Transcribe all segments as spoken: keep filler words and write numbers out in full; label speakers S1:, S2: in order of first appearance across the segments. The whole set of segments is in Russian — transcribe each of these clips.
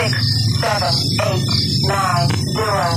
S1: six, seven, eight, nine, zero.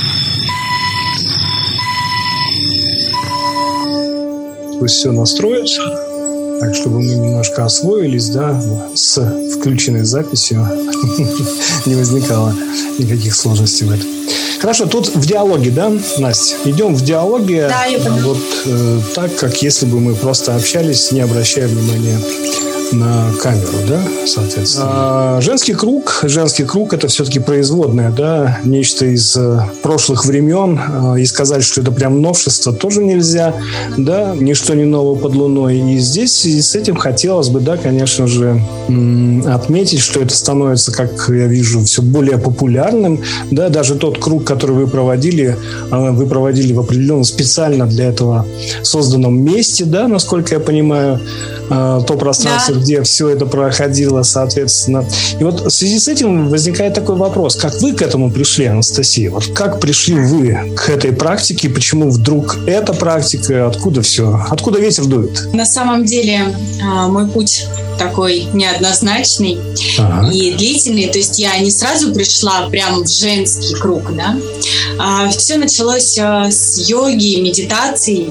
S2: Пусть все настроится, так чтобы мы немножко освоились, да, с включенной записью не возникало никаких сложностей в этом. Хорошо, тут в диалоге, да, Настя? Идем в диалоге,
S3: да, я понимаю.
S2: Вот э, так, как если бы мы просто общались, не обращая внимания на камеру, да, соответственно. А женский круг, женский круг – это все-таки производное, да, нечто из прошлых времен, и сказать, что это прям новшество, тоже нельзя, да, ничто не новое под луной. И здесь и с этим хотелось бы, да, конечно же, отметить, что это становится, как я вижу, все более популярным, да, даже тот круг, который вы проводили, вы проводили в определенном специально для этого созданном месте, да, насколько я понимаю, то пространство, да, где все это проходило, соответственно. И вот в связи с этим возникает такой вопрос. Как вы к этому пришли, Анастасия? Вот как пришли вы к этой практике? Почему вдруг эта практика? Откуда все? Откуда ветер дует?
S3: На самом деле мой путь такой неоднозначный, ага, и длительный. То есть я не сразу пришла прямо в женский круг, да. Все началось с йоги, медитаций,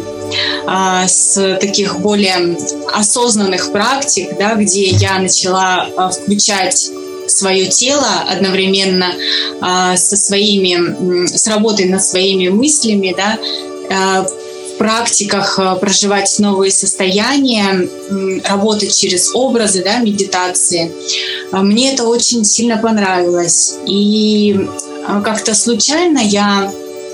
S3: с таких более осознанных практик, да, где я начала включать свое тело одновременно со своими, с работой над своими мыслями, да, в практиках проживать новые состояния, работать через образы, да, медитации. Мне это очень сильно понравилось. И как-то случайно я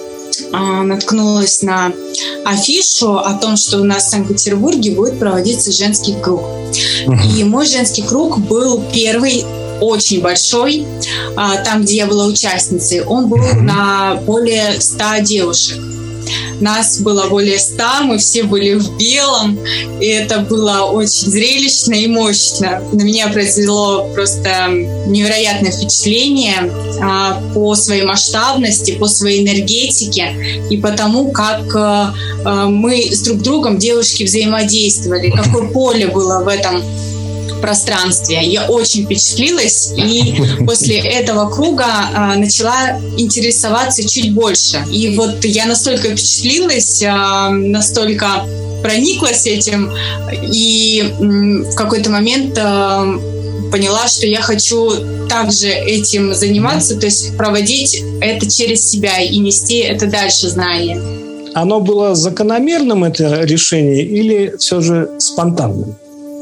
S3: наткнулась на афишу о том, что у нас в Санкт-Петербурге будет проводиться женский круг. Uh-huh. И мой женский круг был первый, очень большой, там, где я была участницей. Он был uh-huh. на более ста девушек. Нас было более ста, мы все были в белом, и это было очень зрелищно и мощно. На меня произвело просто невероятное впечатление а, по своей масштабности, по своей энергетике и по тому, как а, мы с друг другом, девушки, взаимодействовали, какое поле было в этом пространстве. Я очень впечатлилась, и после этого круга а, начала интересоваться чуть больше. И вот я настолько впечатлилась, а, настолько прониклась этим, и м, в какой-то момент а, поняла, что я хочу также этим заниматься, то есть проводить это через себя и нести это дальше знание.
S2: Оно было закономерным, это решение, или все же спонтанным?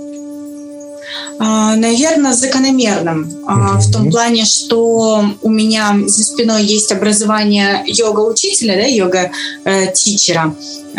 S3: Наверное, закономерным. Uh-huh. В том плане, что у меня за спиной есть образование йога-учителя, да, йога-тичера.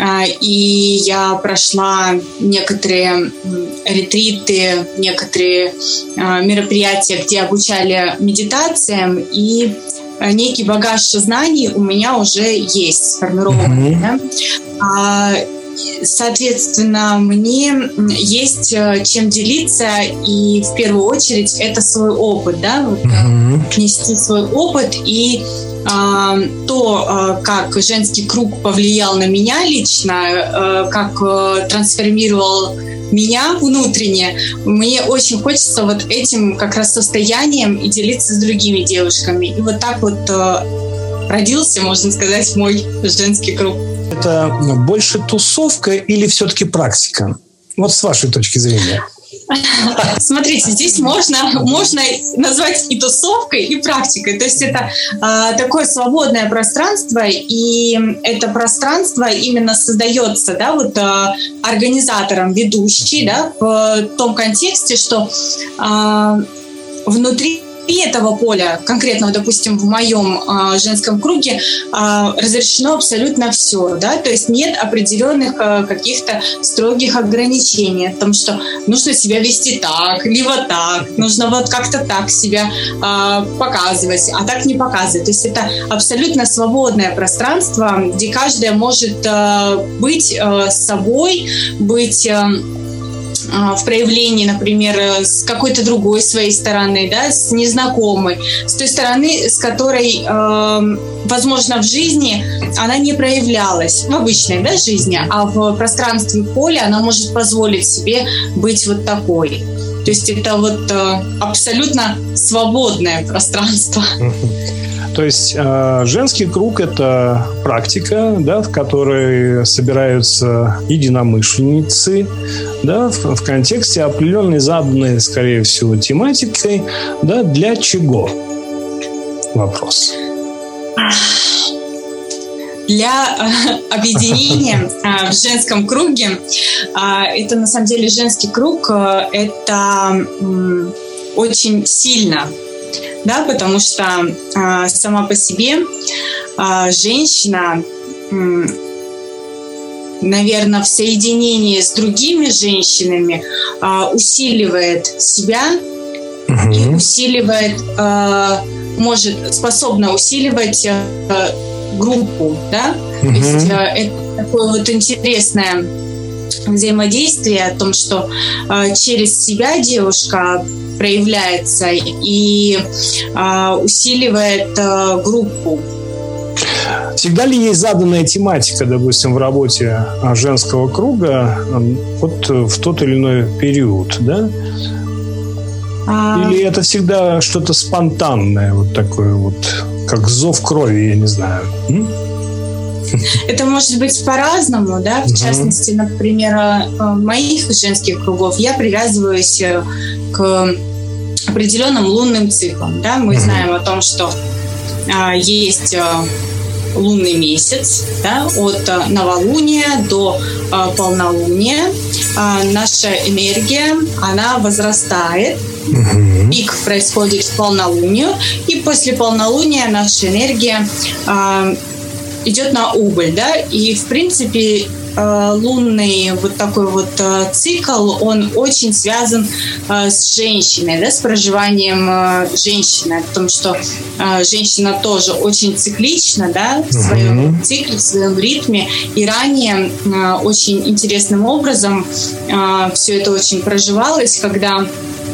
S3: И я прошла некоторые ретриты, некоторые мероприятия, где обучали медитациям, и некий багаж знаний у меня уже есть сформированный. Uh-huh. Да? Соответственно, мне есть чем делиться, и в первую очередь это свой опыт, да, вот, mm-hmm. нести свой опыт и а, то, а, как женский круг повлиял на меня лично, а, как а, трансформировал меня внутренне. Мне очень хочется вот этим как раз состоянием и делиться с другими девушками. И вот так вот а, родился, можно сказать, мой женский круг.
S2: Это больше тусовка или все-таки практика? Вот с вашей точки зрения.
S3: Смотрите, здесь можно, можно назвать и тусовкой, и практикой. То есть это э, такое свободное пространство, и это пространство именно создается, да, вот, э, организатором, ведущий, да, в том контексте, что э, внутри этого поля, конкретно, допустим, в моем э, женском круге, э, разрешено абсолютно все, да, то есть нет определенных э, каких-то строгих ограничений о том, что нужно себя вести так, либо так, нужно вот как-то так себя э, показывать, а так не показывать. То есть это абсолютно свободное пространство, где каждая может э, быть э, собой, быть э, в проявлении, например, с какой-то другой своей стороны, да, с незнакомой, с той стороны, с которой, э, возможно, в жизни она не проявлялась, в обычной, да, жизни, а в пространстве поля она может позволить себе быть вот такой. То есть это вот абсолютно свободное пространство.
S2: То есть э, женский круг – это практика, да, в которой собираются единомышленницы, да, в, в контексте определенной заданной, скорее всего, тематикой, да, для чего? Вопрос.
S3: Для э, объединения э, в женском круге, э, это на самом деле женский круг, э, это э, очень сильно. Да, потому что э, сама по себе э, женщина, э, наверное, в соединении с другими женщинами э, усиливает себя угу. и усиливает, э, может, способна усиливать э, группу, да? Угу. То есть э, это такое вот интересное взаимодействие о том, что э, через себя девушка проявляется и э, усиливает э, группу.
S2: Всегда ли есть заданная тематика, допустим, в работе женского круга вот в тот или иной период, да? А... Или это всегда что-то спонтанное, вот такое вот, как зов крови, я не знаю. М?
S3: Это может быть по-разному, да. В частности, например, моих женских кругов я привязываюсь к определенным лунным циклам, да. Мы знаем о том, что а, есть а, лунный месяц, да, от а, новолуния до а, полнолуния. А, наша энергия, она возрастает. Uh-huh. Пик происходит в полнолунию, и после полнолуния наша энергия а, идет на убыль, да, и в принципе лунный вот такой вот цикл, он очень связан с женщиной, да, с проживанием женщины, потому что женщина тоже очень циклична, да, в своем цикле, в своем ритме, и ранее очень интересным образом все это очень проживалось, когда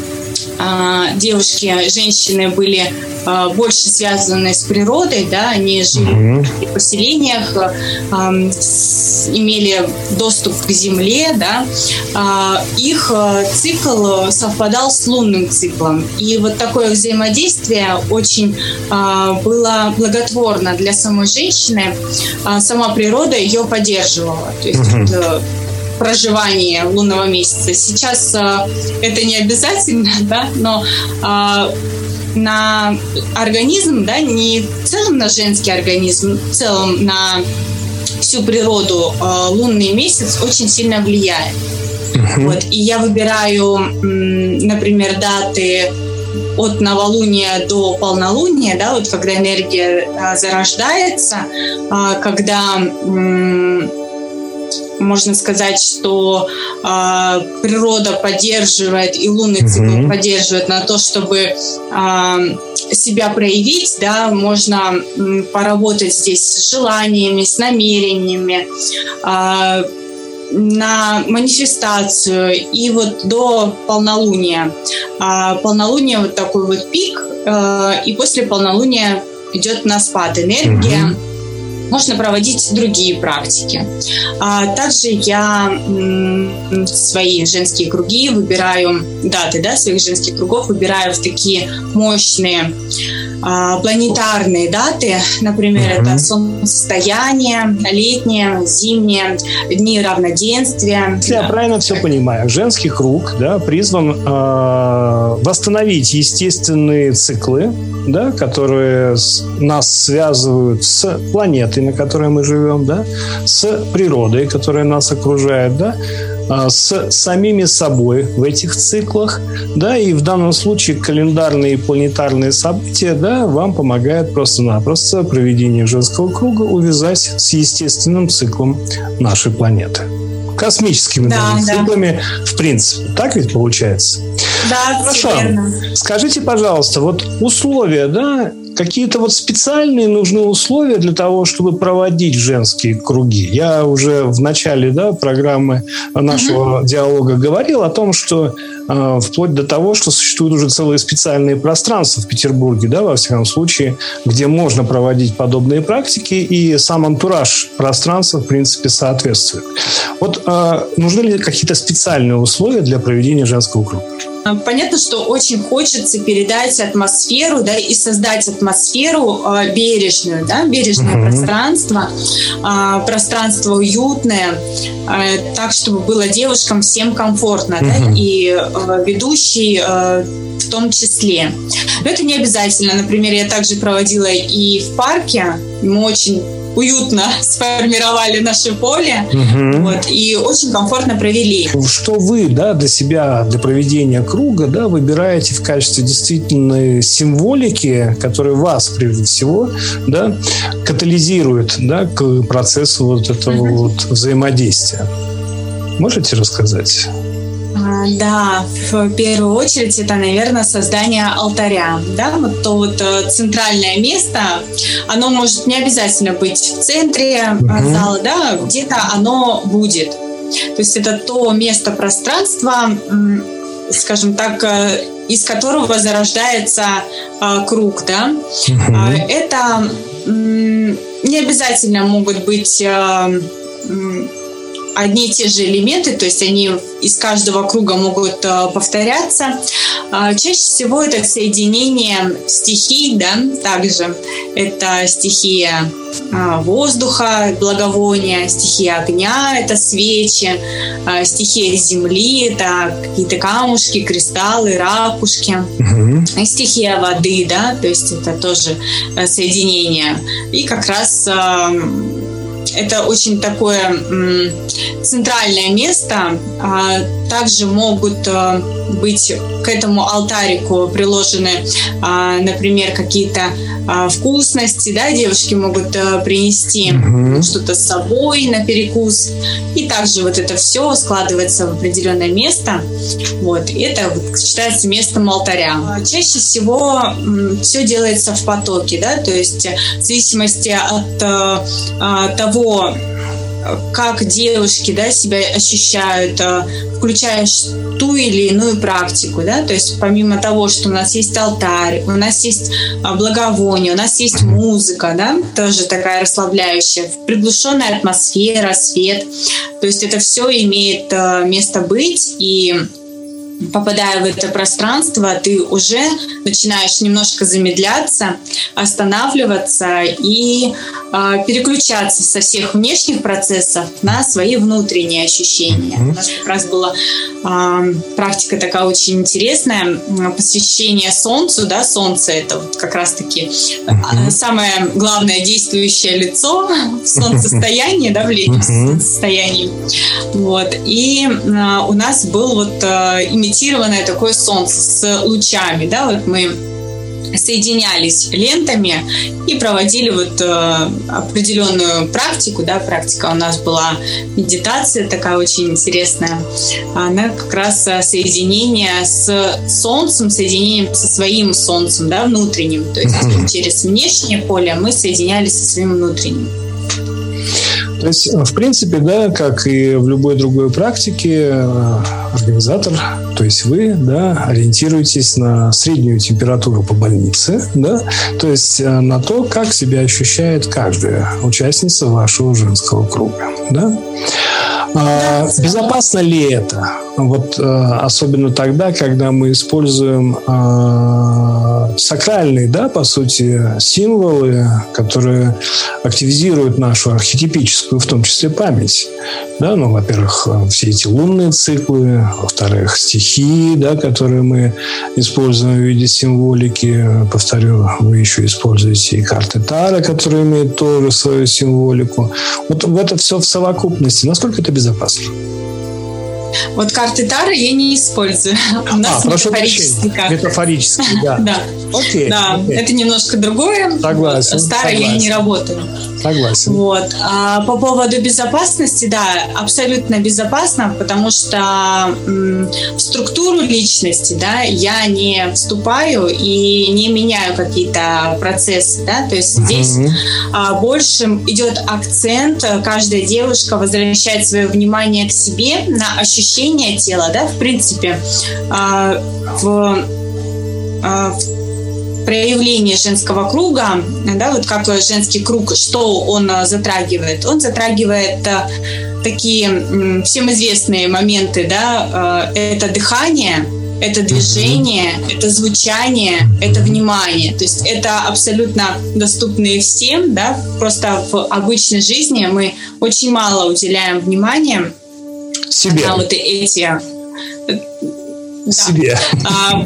S3: девушки, женщины были больше связаны с природой, да, они жили mm-hmm. в поселениях, э, с, имели доступ к земле, да, э, их цикл совпадал с лунным циклом. И вот такое взаимодействие очень э, было благотворно для самой женщины. Э, сама природа ее поддерживала. То есть mm-hmm. вот, проживание лунного месяца. Сейчас э, это не обязательно, да, но э, на организм, да, не в целом на женский организм, в целом на всю природу э, лунный месяц очень сильно влияет. Uh-huh. Вот. И я выбираю, м, например, даты от новолуния до полнолуния, да, вот когда энергия э, зарождается, э, когда м, можно сказать, что э, природа поддерживает и лунный цикл mm-hmm. поддерживает на то, чтобы э, себя проявить, да, можно м, поработать здесь с желаниями, с намерениями, э, на манифестацию и вот до полнолуния. Э, полнолуние вот такой вот пик, э, и после полнолуния идет на спад энергия. Mm-hmm. Можно проводить другие практики. А также я м, свои женские круги выбираю, даты, да, своих женских кругов выбираю в такие мощные а, планетарные даты. Например, mm-hmm. это солнцестояние, летнее, зимнее, дни равноденствия.
S2: Если да. я правильно все понимаю, женский круг, да, призван э, восстановить естественные циклы, да, которые нас связывают с планетой, на которой мы живем, да, с природой, которая нас окружает, да, с самими собой в этих циклах, да, и в данном случае календарные и планетарные события, да, вам помогают просто-напросто проведение женского круга увязать с естественным циклом нашей планеты. Космическими
S3: да,
S2: даже,
S3: да.
S2: циклами, в принципе. Так ведь получается?
S3: Да,
S2: хорошо.
S3: Верно.
S2: Скажите, пожалуйста, вот условия, да, какие-то вот специальные нужны условия для того, чтобы проводить женские круги. Я уже в начале, да, программы нашего uh-huh. диалога говорил о том, что э, вплоть до того, что существуют уже целые специальные пространства в Петербурге, да, во всяком случае, где можно проводить подобные практики, и сам антураж пространства, в принципе, соответствует. Вот э, нужны ли какие-то специальные условия для проведения женского круга?
S3: Понятно, что очень хочется передать атмосферу, да, и создать атмосферу э, бережную, да, бережное mm-hmm. пространство, э, пространство уютное, э, так, чтобы было девушкам всем комфортно, mm-hmm. да, и э, ведущий э, в том числе. Но это не обязательно. Например, я также проводила и в парке. Мы очень уютно сформировали наше поле, угу. вот, и очень комфортно провели.
S2: Что вы, да, для себя, для проведения круга, да, выбираете в качестве действительно символики, которая вас, прежде всего, да, катализирует, да, к процессу вот этого угу. вот взаимодействия? Можете рассказать?
S3: Да, в первую очередь это, наверное, создание алтаря. Да? Вот то вот центральное место, оно может не обязательно быть в центре mm-hmm. зала, да, где-то оно будет. То есть это то место пространства, скажем так, из которого зарождается круг. Да? Mm-hmm. Это не обязательно могут быть одни и те же элементы, то есть они из каждого круга могут э, повторяться. Э, чаще всего это соединение стихий, да, также это стихия э, воздуха, благовония, стихия огня, это свечи, э, стихия земли, это какие-то камушки, кристаллы, ракушки, mm-hmm. и стихия воды, да, то есть это тоже э, соединение. И как раз э, это очень такое м, центральное место. А, также могут а, быть к этому алтарику приложены, а, например, какие-то а, вкусности, да, девушки могут а, принести mm-hmm. что-то с собой на перекус. И также вот это все складывается в определенное место. Вот. И это вот, считается местом алтаря. А, чаще всего м, все делается в потоке, да, то есть в зависимости от а, того, как девушки, да, себя ощущают, включаешь ту или иную практику, да, то есть помимо того, что у нас есть алтарь, у нас есть благовоние, у нас есть музыка, да, тоже такая расслабляющая, приглушенная атмосфера, свет, то есть это все имеет место быть, и попадая в это пространство, ты уже начинаешь немножко замедляться, останавливаться и э, переключаться со всех внешних процессов на свои внутренние ощущения. Mm-hmm. У нас как раз была э, практика такая очень интересная, посвящение Солнцу, да, Солнце — это вот как раз-таки mm-hmm. самое главное действующее лицо в солнцестоянии, да, в летнем mm-hmm. состоянии. Вот. И э, у нас был вот э, имитированное такое солнце с лучами, да, вот мы соединялись лентами и проводили вот э, определенную практику, да, практика у нас была медитация такая очень интересная, она как раз соединение с солнцем, соединением со своим солнцем, да, внутренним, то есть mm-hmm. через внешнее поле мы соединялись со своим внутренним.
S2: То есть, в принципе, да, как и в любой другой практике, организатор, то есть вы, да, ориентируетесь на среднюю температуру по больнице, да, то есть на то, как себя ощущает каждая участница вашего женского круга, да. А, безопасно ли это? Вот а, особенно тогда, когда мы используем а, сакральные, да, по сути, символы, которые активизируют нашу архетипическую, в том числе, память. Да, ну, во-первых, все эти лунные циклы, во-вторых, стихии, да, которые мы используем в виде символики. Повторю, вы еще используете и карты Таро, которые имеют тоже свою символику. Вот в это все в совокупности. Насколько это безопасно?
S3: Вот карты Таро я не использую. У нас а, метафорические карты.
S2: Метафорические, да.
S3: Да.
S2: Окей,
S3: да,
S2: окей.
S3: Это немножко другое.
S2: Согласен.
S3: С Таро я не работаю.
S2: Согласен.
S3: Вот. А по поводу безопасности, да, абсолютно безопасно, потому что м, в структуру личности, да, я не вступаю и не меняю какие-то процессы, да, то есть здесь mm-hmm. а, больше идет акцент, каждая девушка возвращает свое внимание к себе на ощущение тела, да, в принципе, а, в, а, в проявление женского круга, да, вот как женский круг, что он затрагивает? Он затрагивает такие всем известные моменты, да, это дыхание, это движение, uh-huh. это звучание, uh-huh. это внимание. То есть это абсолютно доступные всем, да, просто в обычной жизни мы очень мало уделяем внимания
S2: себе.
S3: На вот эти...
S2: К себе.
S3: А,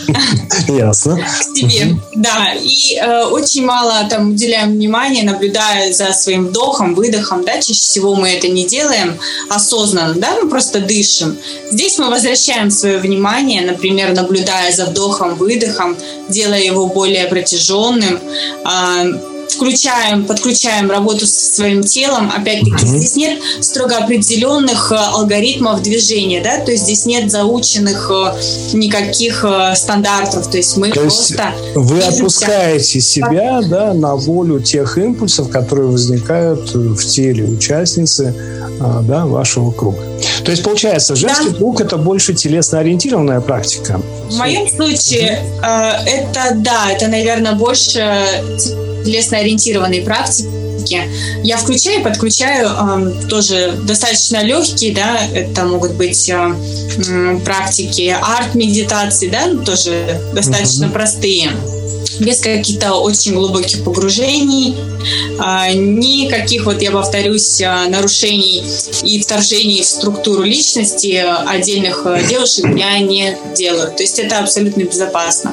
S2: Ясно.
S3: К себе, да. И э, очень мало там уделяем внимания, наблюдая за своим вдохом, выдохом, да. Чаще всего мы это не делаем осознанно, да, мы просто дышим. Здесь мы возвращаем свое внимание, например, наблюдая за вдохом, выдохом, делая его более протяженным, э, включаем, подключаем работу со своим телом. Опять-таки, mm-hmm. здесь нет строго определенных алгоритмов движения, да, то есть здесь нет заученных никаких стандартов, то есть мы то просто...
S2: Есть вы отпускаете себя, да, на волю тех импульсов, которые возникают в теле участницы, да, вашего круга. То есть, получается, женский да. круг – это больше телесно-ориентированная практика?
S3: В моем случае э, это, да, это, наверное, больше телесно-ориентированной практики. Я включаю и подключаю э, тоже достаточно легкие, да, это могут быть э, э, практики арт-медитации, да, тоже достаточно uh-huh. простые, без каких-то очень глубоких погружений, э, никаких, вот я повторюсь, нарушений и вторжений в структуру личности отдельных девушек я не делаю. То есть это абсолютно безопасно.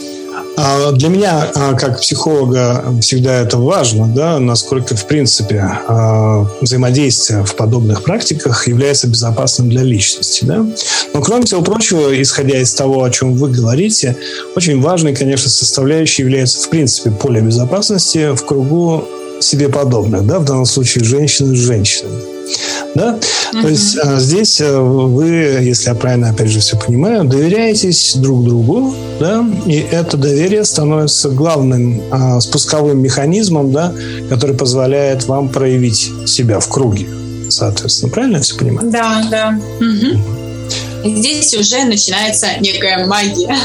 S2: Для меня, как психолога, всегда это важно, да, насколько, в принципе, взаимодействие в подобных практиках является безопасным для личности. Да? Но, кроме всего прочего, исходя из того, о чем вы говорите, очень важной, конечно, составляющей является, в принципе, поле безопасности в кругу себе подобных, да, в данном случае женщины с женщинами. Да? Uh-huh. То есть а, здесь вы, если я правильно, опять же, все понимаю, доверяетесь друг другу, да, и это доверие становится главным а, спусковым механизмом, да, который позволяет вам проявить себя в круге, соответственно. Правильно я все понимаю?
S3: Да, да. Uh-huh. И здесь уже начинается некая магия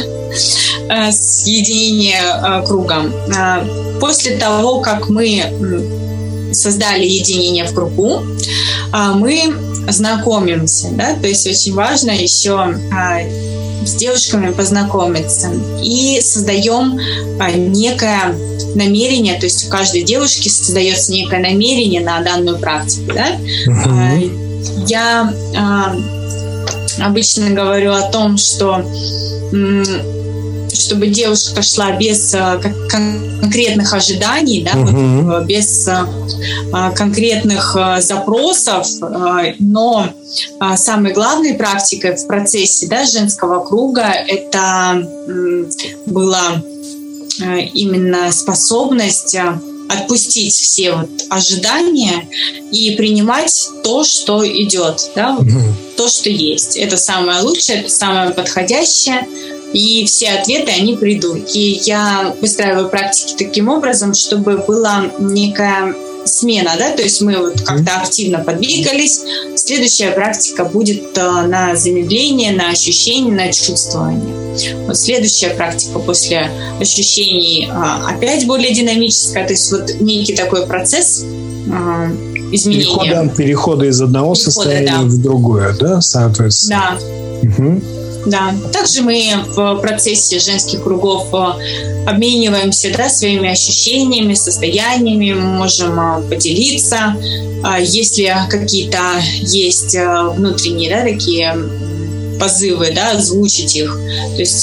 S3: соединения кругом. После того, как мы создали единение в кругу, мы знакомимся, да, то есть очень важно еще с девушками познакомиться и создаем некое намерение, то есть у каждой девушки создается некое намерение на данную практику, да. Uh-huh. Я обычно говорю о том, что чтобы девушка шла без конкретных ожиданий, да, uh-huh. без конкретных запросов, но самой главной практикой в процессе, да, женского круга это была именно способность отпустить все вот ожидания и принимать то, что идет, да, uh-huh. то, что есть. Это самое лучшее, это самое подходящее. И все ответы, они придут. И я выстраиваю практики таким образом, чтобы была некая смена, да, то есть мы вот как-то активно подвигались. Следующая практика будет на замедление, на ощущение, на чувствование. Вот следующая практика после ощущений опять более динамическая, то есть вот некий такой процесс изменения.
S2: Перехода, перехода из одного перехода, состояния да. в другое, да, соответственно.
S3: Да.
S2: Угу.
S3: Да, также мы в процессе женских кругов обмениваемся, да, своими ощущениями, состояниями, мы можем поделиться, если какие-то есть внутренние, да, такие позывы, да, озвучить их. То есть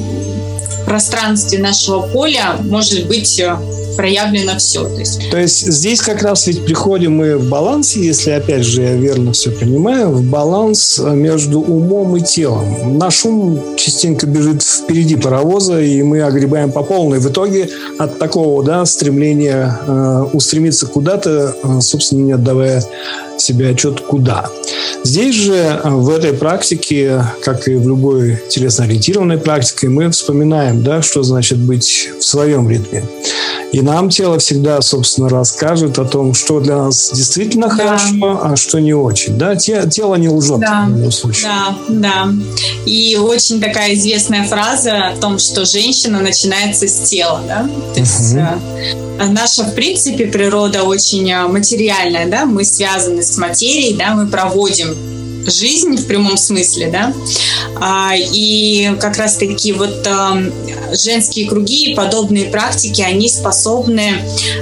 S3: в пространстве нашего поля может быть проявлено все. То есть.
S2: То есть здесь как раз ведь приходим мы в балансе, если опять же я верно все понимаю, в баланс между умом и телом. Наш ум частенько бежит впереди паровоза, и мы огребаем по полной. В итоге от такого, да, стремления э, устремиться куда-то, э, собственно, не отдавая себе отчет куда. Здесь же в этой практике, как и в любой телесно-ориентированной практике, мы вспоминаем, да, что значит быть в своем ритме. И нам тело всегда, собственно, расскажет о том, что для нас действительно да. хорошо, а что не очень. Да? Тело не лжет
S3: да.
S2: в любом случае.
S3: Да, да. И очень такая известная фраза о том, что женщина начинается с тела. Да? То есть uh-huh. наша, в принципе, природа очень материальная. Да? Мы связаны с материей, да? Мы проводим жизнь в прямом смысле, да, и как раз-таки вот женские круги и подобные практики, они способны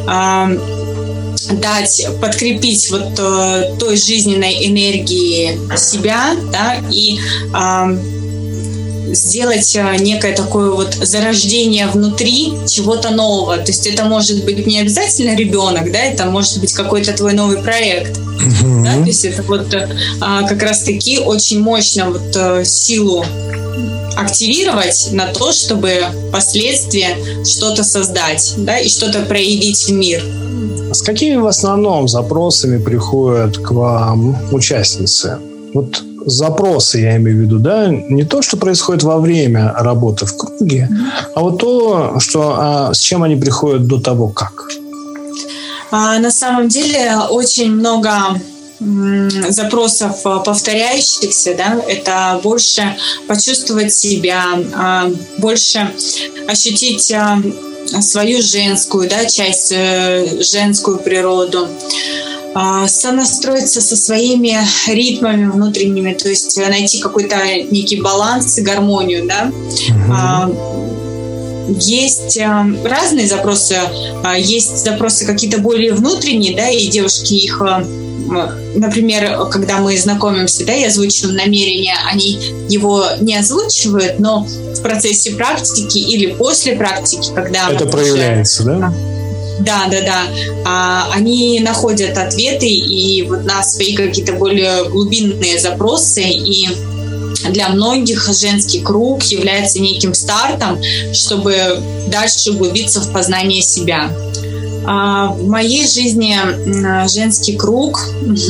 S3: дать, подкрепить вот той жизненной энергии себя, да, и сделать некое такое вот зарождение внутри чего-то нового. То есть это может быть не обязательно ребенок, да, это может быть какой-то твой новый проект. Uh-huh. Да, то есть это вот а, как раз-таки очень мощно вот а, силу активировать на то, чтобы впоследствии что-то создать, да, и что-то проявить в мир.
S2: С какими в основном запросами приходят к вам участницы? Вот запросы, я имею в виду, да, не то, что происходит во время работы в круге, а вот то, что, а, с чем они приходят до того, как.
S3: А, на самом деле очень много м, запросов повторяющихся, да, это больше почувствовать себя, а, больше ощутить а, свою женскую, да, часть, э, женскую природу, сонастроиться со своими ритмами внутренними, то есть найти какой-то некий баланс и гармонию, да. Mm-hmm. Есть разные запросы, есть запросы какие-то более внутренние, да, и девушки их, например, когда мы знакомимся, да, и озвучиваем намерение, они его не озвучивают, но в процессе практики или после практики, когда
S2: это проявляется, уже... да?
S3: Да, да, да. А, они находят ответы и вот на свои какие-то более глубинные запросы. И для многих женский круг является неким стартом, чтобы дальше углубиться в познание себя. А в моей жизни женский круг,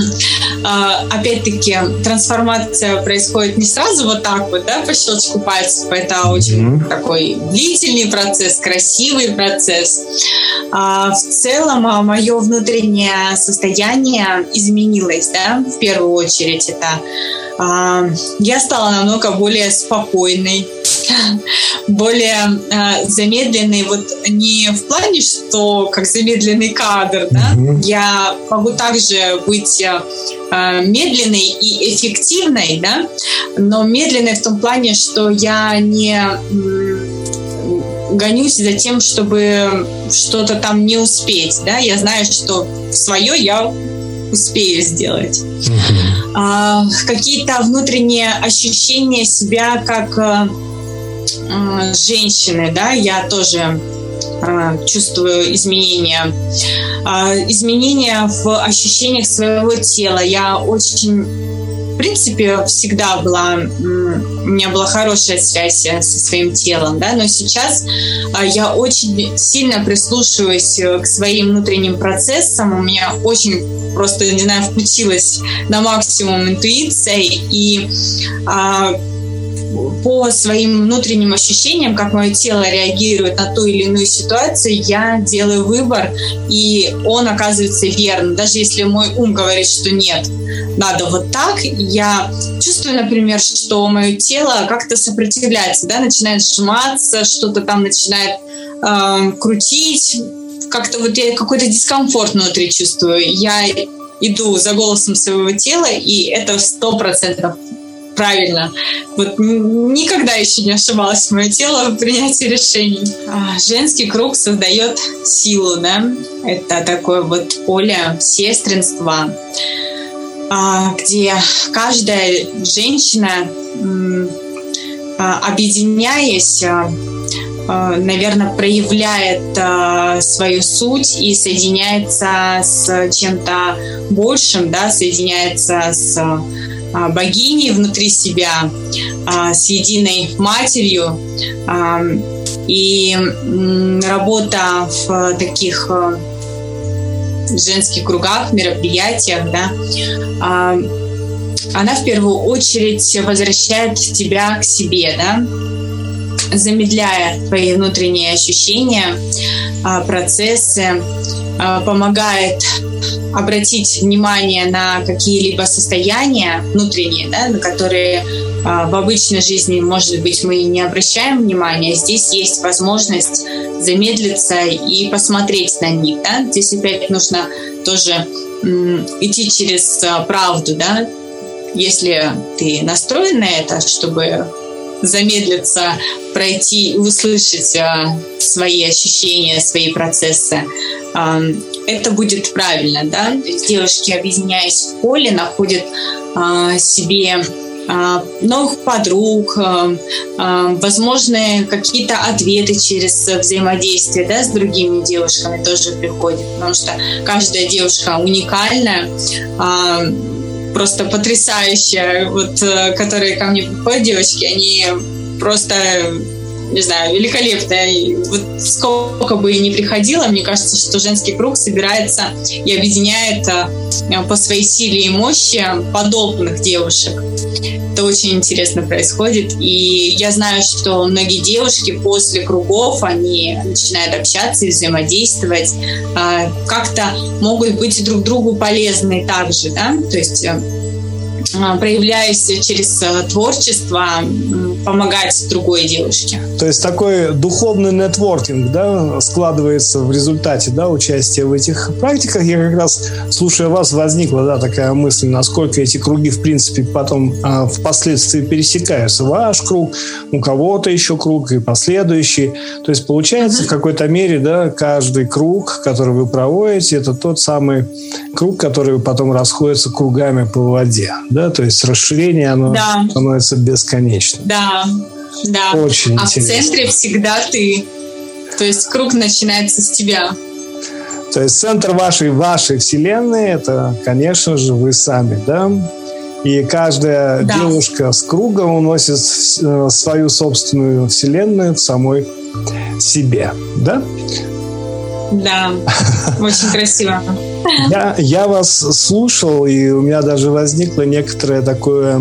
S3: опять-таки, трансформация происходит не сразу вот так вот, да, по щелчку пальцев. Это очень mm-hmm. такой длительный процесс, красивый процесс. А в целом мое внутреннее состояние изменилось, да, в первую очередь. Это я стала намного более спокойной, более э, замедленный, вот не в плане, что как замедленный кадр, да, mm-hmm. я могу также быть э, медленной и эффективной, да, но медленной в том плане, что я не м, гонюсь за тем, чтобы что-то там не успеть, да, я знаю, что свое я успею сделать. Mm-hmm. А, какие-то внутренние ощущения себя как женщины, да, я тоже э, чувствую изменения. Э, изменения в ощущениях своего тела. Я очень, в принципе, всегда была, у меня была хорошая связь со своим телом, да, но сейчас э, я очень сильно прислушиваюсь к своим внутренним процессам. У меня очень просто, не знаю, включилась на максимум интуиция, и э, по своим внутренним ощущениям, как мое тело реагирует на ту или иную ситуацию, я делаю выбор, и он оказывается верным. Даже если мой ум говорит, что нет, надо вот так, я чувствую, например, что мое тело как-то сопротивляется, да, начинает сжиматься, что-то там начинает э, крутить, как-то вот я какой-то дискомфорт внутри чувствую. Я иду за голосом своего тела, и это сто процентов правильно. Вот никогда еще не ошибалось мое тело в принятии решений. А, женский круг создает силу, да? Это такое вот поле сестринства, а, где каждая женщина, а, объединяясь, а, наверное, проявляет а, свою суть и соединяется с чем-то большим, да, соединяется с богиней внутри себя, с единой матерью. И работа в таких женских кругах, мероприятиях, да, она в первую очередь возвращает тебя к себе, да, замедляя твои внутренние ощущения, процессы, помогает обратить внимание на какие-либо состояния внутренние, да, на которые а, в обычной жизни, может быть, мы не обращаем внимания. Здесь есть возможность замедлиться и посмотреть на них. Да? Здесь опять нужно тоже м, идти через а, правду, да? если ты настроен на это, чтобы замедлиться, пройти и услышать свои ощущения, свои процессы, это будет правильно, да? То есть девушки, объединяясь в поле, находят себе новых подруг, возможные какие-то ответы через взаимодействие, да, с другими девушками тоже приходят, потому что каждая девушка уникальная, просто потрясающая. Вот, которые ко мне приходят девочки, они просто, не знаю, великолепные. Вот сколько бы ни приходило, мне кажется, что женский круг собирается и объединяет по своей силе и мощи подобных девушек. Это очень интересно происходит. И я знаю, что многие девушки после кругов, они начинают общаться и взаимодействовать, как-то могут быть друг другу полезны также, да, то есть проявляясь через творчество, помогать другой девушке.
S2: То есть такой духовный нетворкинг, да, складывается в результате, да, участия в этих практиках. Я как раз, слушая вас, возникла, да, такая мысль, насколько эти круги, в принципе, потом а, впоследствии пересекаются. Ваш круг, у кого-то еще круг и последующий. То есть получается, mm-hmm. в какой-то мере, да, каждый круг, который вы проводите, это тот самый круг, который потом расходится кругами по воде. Да, то есть расширение, оно да. становится бесконечным.
S3: Да, да.
S2: Очень
S3: а
S2: интересно.
S3: В центре всегда ты. То есть круг начинается с тебя.
S2: То есть центр вашей, вашей вселенной, это, конечно же, вы сами, да? И каждая да. девушка с кругом уносит свою собственную вселенную в самой себе, да?
S3: Да, очень красиво.
S2: Я, я вас слушал, и у меня даже возникло некоторое такое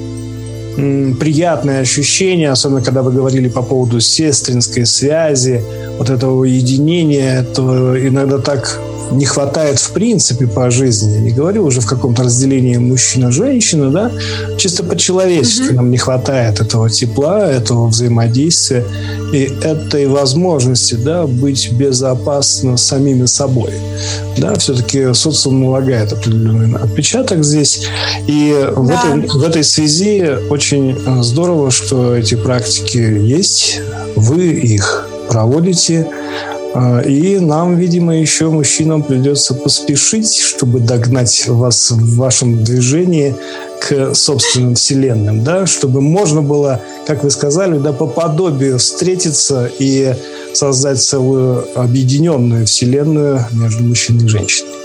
S2: м, приятное ощущение, особенно когда вы говорили по поводу сестринской связи, вот этого единения, этого иногда так не хватает в принципе по жизни. Я не говорю уже в каком-то разделении мужчина-женщина, да, чисто по-человечески mm-hmm. нам не хватает этого тепла, этого взаимодействия и этой возможности, да, быть безопасно самими собой. Да, все-таки социум налагает определенный отпечаток здесь. И да. в, этой, в этой связи очень здорово, что эти практики есть, вы их проводите. И нам, видимо, еще, мужчинам, придется поспешить, чтобы догнать вас в вашем движении к собственным вселенным, да, чтобы можно было, как вы сказали, да, по подобию встретиться и создать целую объединенную вселенную между мужчиной и женщиной.